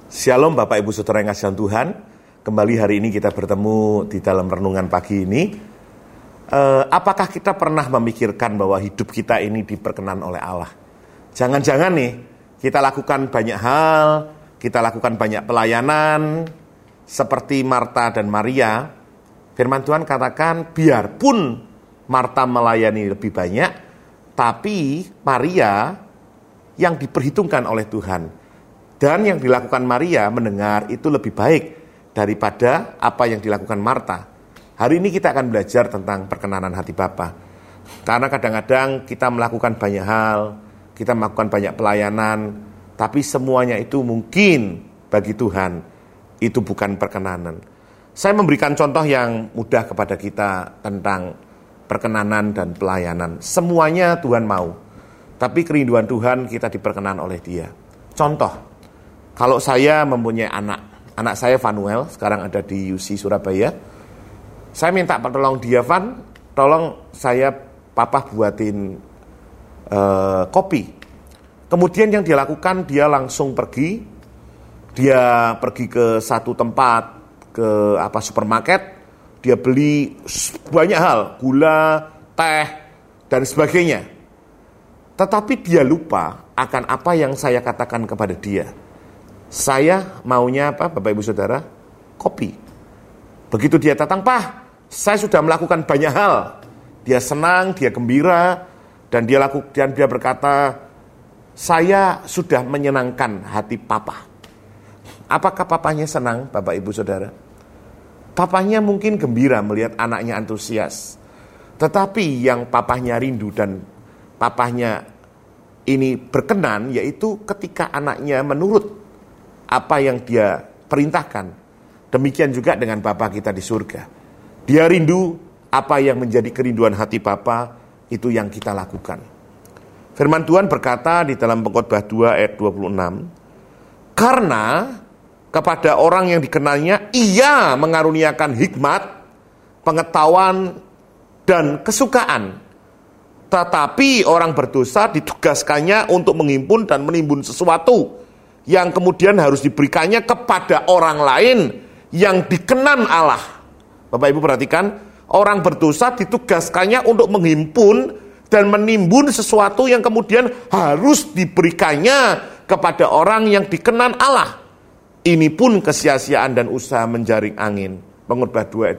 Shalom Bapak Ibu Saudara yang kasihan Tuhan. Kembali hari ini kita bertemu di dalam renungan pagi ini. Apakah kita pernah memikirkan bahwa hidup kita ini diperkenan oleh Allah? Jangan-jangan nih kita lakukan banyak hal, kita lakukan banyak pelayanan seperti Marta dan Maria. Firman Tuhan katakan biarpun Marta melayani lebih banyak, tapi Maria yang diperhitungkan oleh Tuhan. Dan yang dilakukan Maria mendengar itu lebih baik daripada apa yang dilakukan Marta. Hari ini kita akan belajar tentang perkenanan hati Bapa. Karena kadang-kadang kita melakukan banyak hal, kita melakukan banyak pelayanan, tapi semuanya itu mungkin bagi Tuhan itu bukan perkenanan. Saya memberikan contoh yang mudah kepada kita tentang perkenanan dan pelayanan. Semuanya Tuhan mau, tapi kerinduan Tuhan kita diperkenan oleh Dia. Contoh, kalau saya mempunyai anak saya Vanuel, sekarang ada di UC Surabaya. Saya minta tolong dia, Van, tolong saya papa buatin kopi. Kemudian yang dia lakukan, dia langsung pergi. Dia pergi ke satu tempat, ke supermarket. Dia beli banyak hal, gula, teh, dan sebagainya. Tetapi dia lupa akan apa yang saya katakan kepada dia. Saya maunya apa, Bapak Ibu Saudara? Kopi. Begitu dia datang, Pak, saya sudah melakukan banyak hal. Dia senang, dia gembira, dan dia berkata, saya sudah menyenangkan hati Papa. Apakah papanya senang, Bapak Ibu Saudara? Papanya mungkin gembira melihat anaknya antusias. Tetapi yang papanya rindu dan papanya ini berkenan, yaitu ketika anaknya menurut apa yang dia perintahkan. Demikian juga dengan Bapa kita di surga. Dia rindu apa yang menjadi kerinduan hati Bapa, itu yang kita lakukan. Firman Tuhan berkata di dalam Pengkhotbah 2 ayat 26, karena kepada orang yang dikenalnya ia mengaruniakan hikmat, pengetahuan, dan kesukaan. Tetapi orang berdosa ditugaskannya untuk menghimpun dan menimbun sesuatu yang kemudian harus diberikannya kepada orang lain yang dikenan Allah. Bapak Ibu perhatikan, orang berdosa ditugaskannya untuk menghimpun dan menimbun sesuatu yang kemudian harus diberikannya kepada orang yang dikenan Allah. Ini pun kesia-siaan dan usaha menjaring angin. Pengkhotbah 2 ayat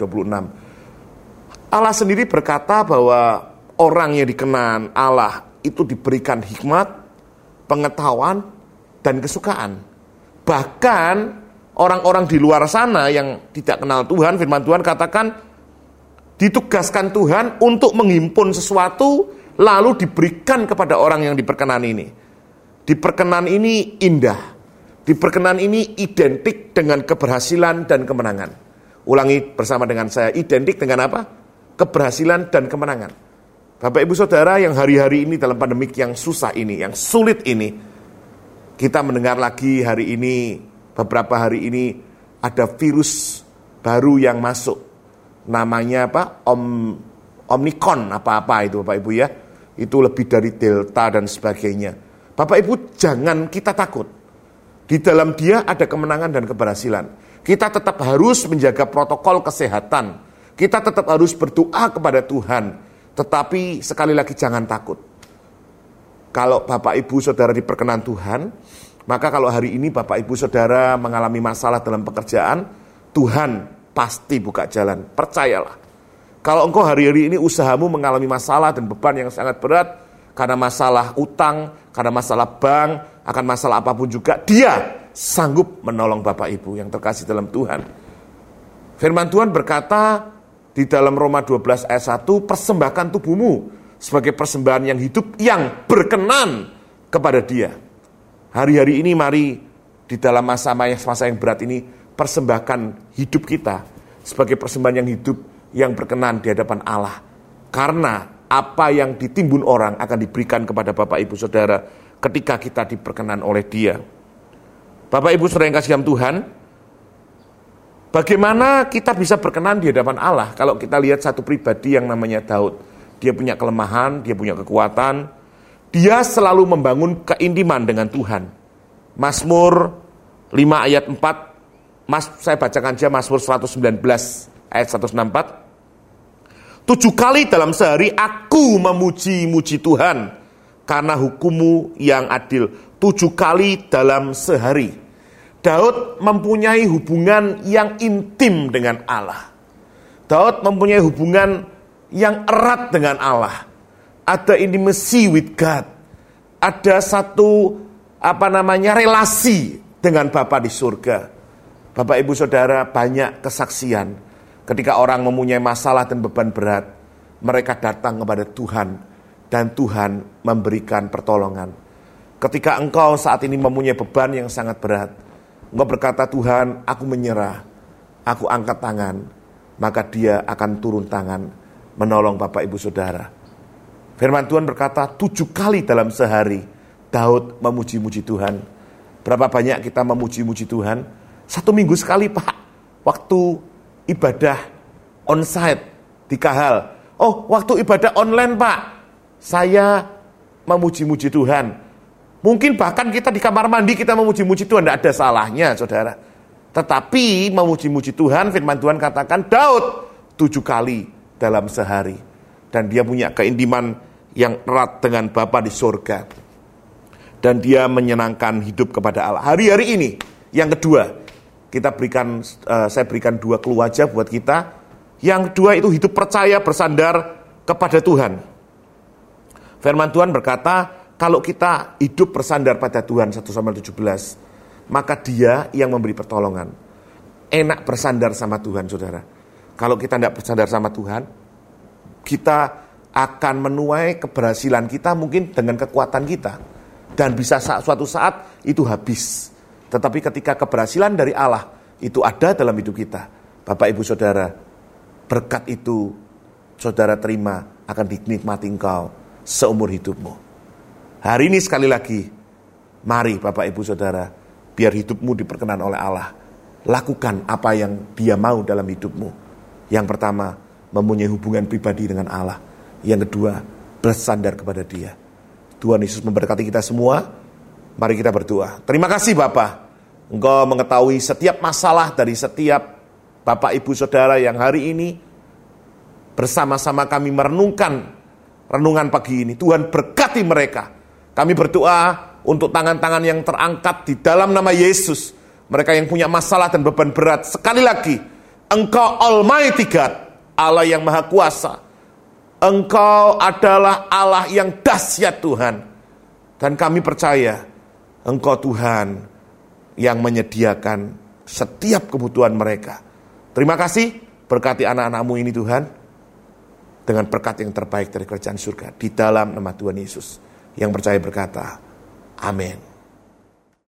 26. Allah sendiri berkata bahwa orang yang dikenan Allah itu diberikan hikmat, pengetahuan, dan kesukaan. Bahkan orang-orang di luar sana yang tidak kenal Tuhan, firman Tuhan katakan ditugaskan Tuhan untuk menghimpun sesuatu lalu diberikan kepada orang yang diperkenan ini. Diperkenan ini indah. Diperkenan ini identik dengan keberhasilan dan kemenangan. Ulangi bersama dengan saya, identik dengan apa? Keberhasilan dan kemenangan. Bapak Ibu Saudara yang hari-hari ini dalam pandemik yang susah ini, yang sulit ini, kita mendengar lagi hari ini, beberapa hari ini ada virus baru yang masuk. Namanya apa? Omicron apa-apa itu Bapak Ibu ya. Itu lebih dari Delta dan sebagainya. Bapak Ibu jangan kita takut. Di dalam dia ada kemenangan dan keberhasilan. Kita tetap harus menjaga protokol kesehatan. Kita tetap harus berdoa kepada Tuhan. Tetapi sekali lagi jangan takut. Kalau Bapak Ibu Saudara diperkenan Tuhan, maka kalau hari ini Bapak Ibu Saudara mengalami masalah dalam pekerjaan, Tuhan pasti buka jalan, percayalah. Kalau engkau hari-hari ini usahamu mengalami masalah dan beban yang sangat berat, karena masalah utang, karena masalah bank, akan masalah apapun juga, Dia sanggup menolong Bapak Ibu yang terkasih dalam Tuhan. Firman Tuhan berkata di dalam Roma 12 ayat 1, persembahkan tubuhmu sebagai persembahan yang hidup, yang berkenan kepada Dia. Hari-hari ini mari di dalam masa yang berat ini persembahkan hidup kita sebagai persembahan yang hidup, yang berkenan di hadapan Allah. Karena apa yang ditimbun orang akan diberikan kepada Bapak Ibu Saudara ketika kita diperkenan oleh Dia. Bapak Ibu Saudara yang kasih dalam Tuhan, bagaimana kita bisa berkenan di hadapan Allah? Kalau kita lihat satu pribadi yang namanya Daud. Dia punya kelemahan, dia punya kekuatan. Dia selalu membangun keintiman dengan Tuhan. Mazmur 5 ayat 4, saya bacakan aja Mazmur 119 ayat 164. 7 kali dalam sehari aku memuji-muji Tuhan karena hukum-Mu yang adil. 7 kali dalam sehari. Daud mempunyai hubungan yang intim dengan Allah. Daud mempunyai hubungan yang erat dengan Allah. Ada intimacy with God. Ada satu relasi dengan Bapa di surga. Bapak Ibu Saudara, banyak kesaksian ketika orang mempunyai masalah dan beban berat, mereka datang kepada Tuhan dan Tuhan memberikan pertolongan. Ketika engkau saat ini mempunyai beban yang sangat berat, engkau berkata, Tuhan, aku menyerah, aku angkat tangan, maka Dia akan turun tangan menolong Bapak Ibu Saudara. Firman Tuhan berkata 7 kali dalam sehari Daud memuji-muji Tuhan. Berapa banyak kita memuji-muji Tuhan? 1 minggu sekali Pak, waktu ibadah onsite di Kahal. Oh, waktu ibadah online Pak, saya memuji-muji Tuhan. Mungkin bahkan kita di kamar mandi kita memuji-muji Tuhan, tidak ada salahnya saudara. Tetapi memuji-muji Tuhan, firman Tuhan katakan Daud 7 kali dalam sehari. Dan dia punya keintiman yang erat dengan Bapa di surga. Dan dia menyenangkan hidup kepada Allah. Hari-hari ini, yang kedua, saya berikan 2 clue aja buat kita. Yang kedua itu hidup percaya bersandar kepada Tuhan. Firman Tuhan berkata, kalau kita hidup bersandar pada Tuhan, 1 Samuel 17, maka Dia yang memberi pertolongan. Enak bersandar sama Tuhan, saudara. Kalau kita tidak bersandar sama Tuhan, kita akan menuai keberhasilan kita mungkin dengan kekuatan kita. Dan bisa suatu saat itu habis. Tetapi ketika keberhasilan dari Allah itu ada dalam hidup kita, Bapak Ibu Saudara, berkat itu saudara terima akan dinikmati engkau seumur hidupmu. Hari ini sekali lagi, mari Bapak Ibu Saudara, biar hidupmu diperkenan oleh Allah. Lakukan apa yang Dia mau dalam hidupmu. Yang pertama, mempunyai hubungan pribadi dengan Allah. Yang kedua, bersandar kepada Dia. Tuhan Yesus memberkati kita semua. Mari kita berdoa. Terima kasih Bapa. Engkau mengetahui setiap masalah dari setiap Bapak Ibu Saudara yang hari ini bersama-sama kami merenungkan renungan pagi ini. Tuhan berkati mereka. Kami berdoa untuk tangan-tangan yang terangkat di dalam nama Yesus. Mereka yang punya masalah dan beban berat. Sekali lagi, Engkau Almighty God, Allah yang Maha Kuasa. Engkau adalah Allah yang dahsyat Tuhan. Dan kami percaya Engkau Tuhan yang menyediakan setiap kebutuhan mereka. Terima kasih, berkati anak-anak-Mu ini Tuhan, dengan berkat yang terbaik dari kerajaan surga. Di dalam nama Tuhan Yesus, yang percaya berkata, amin.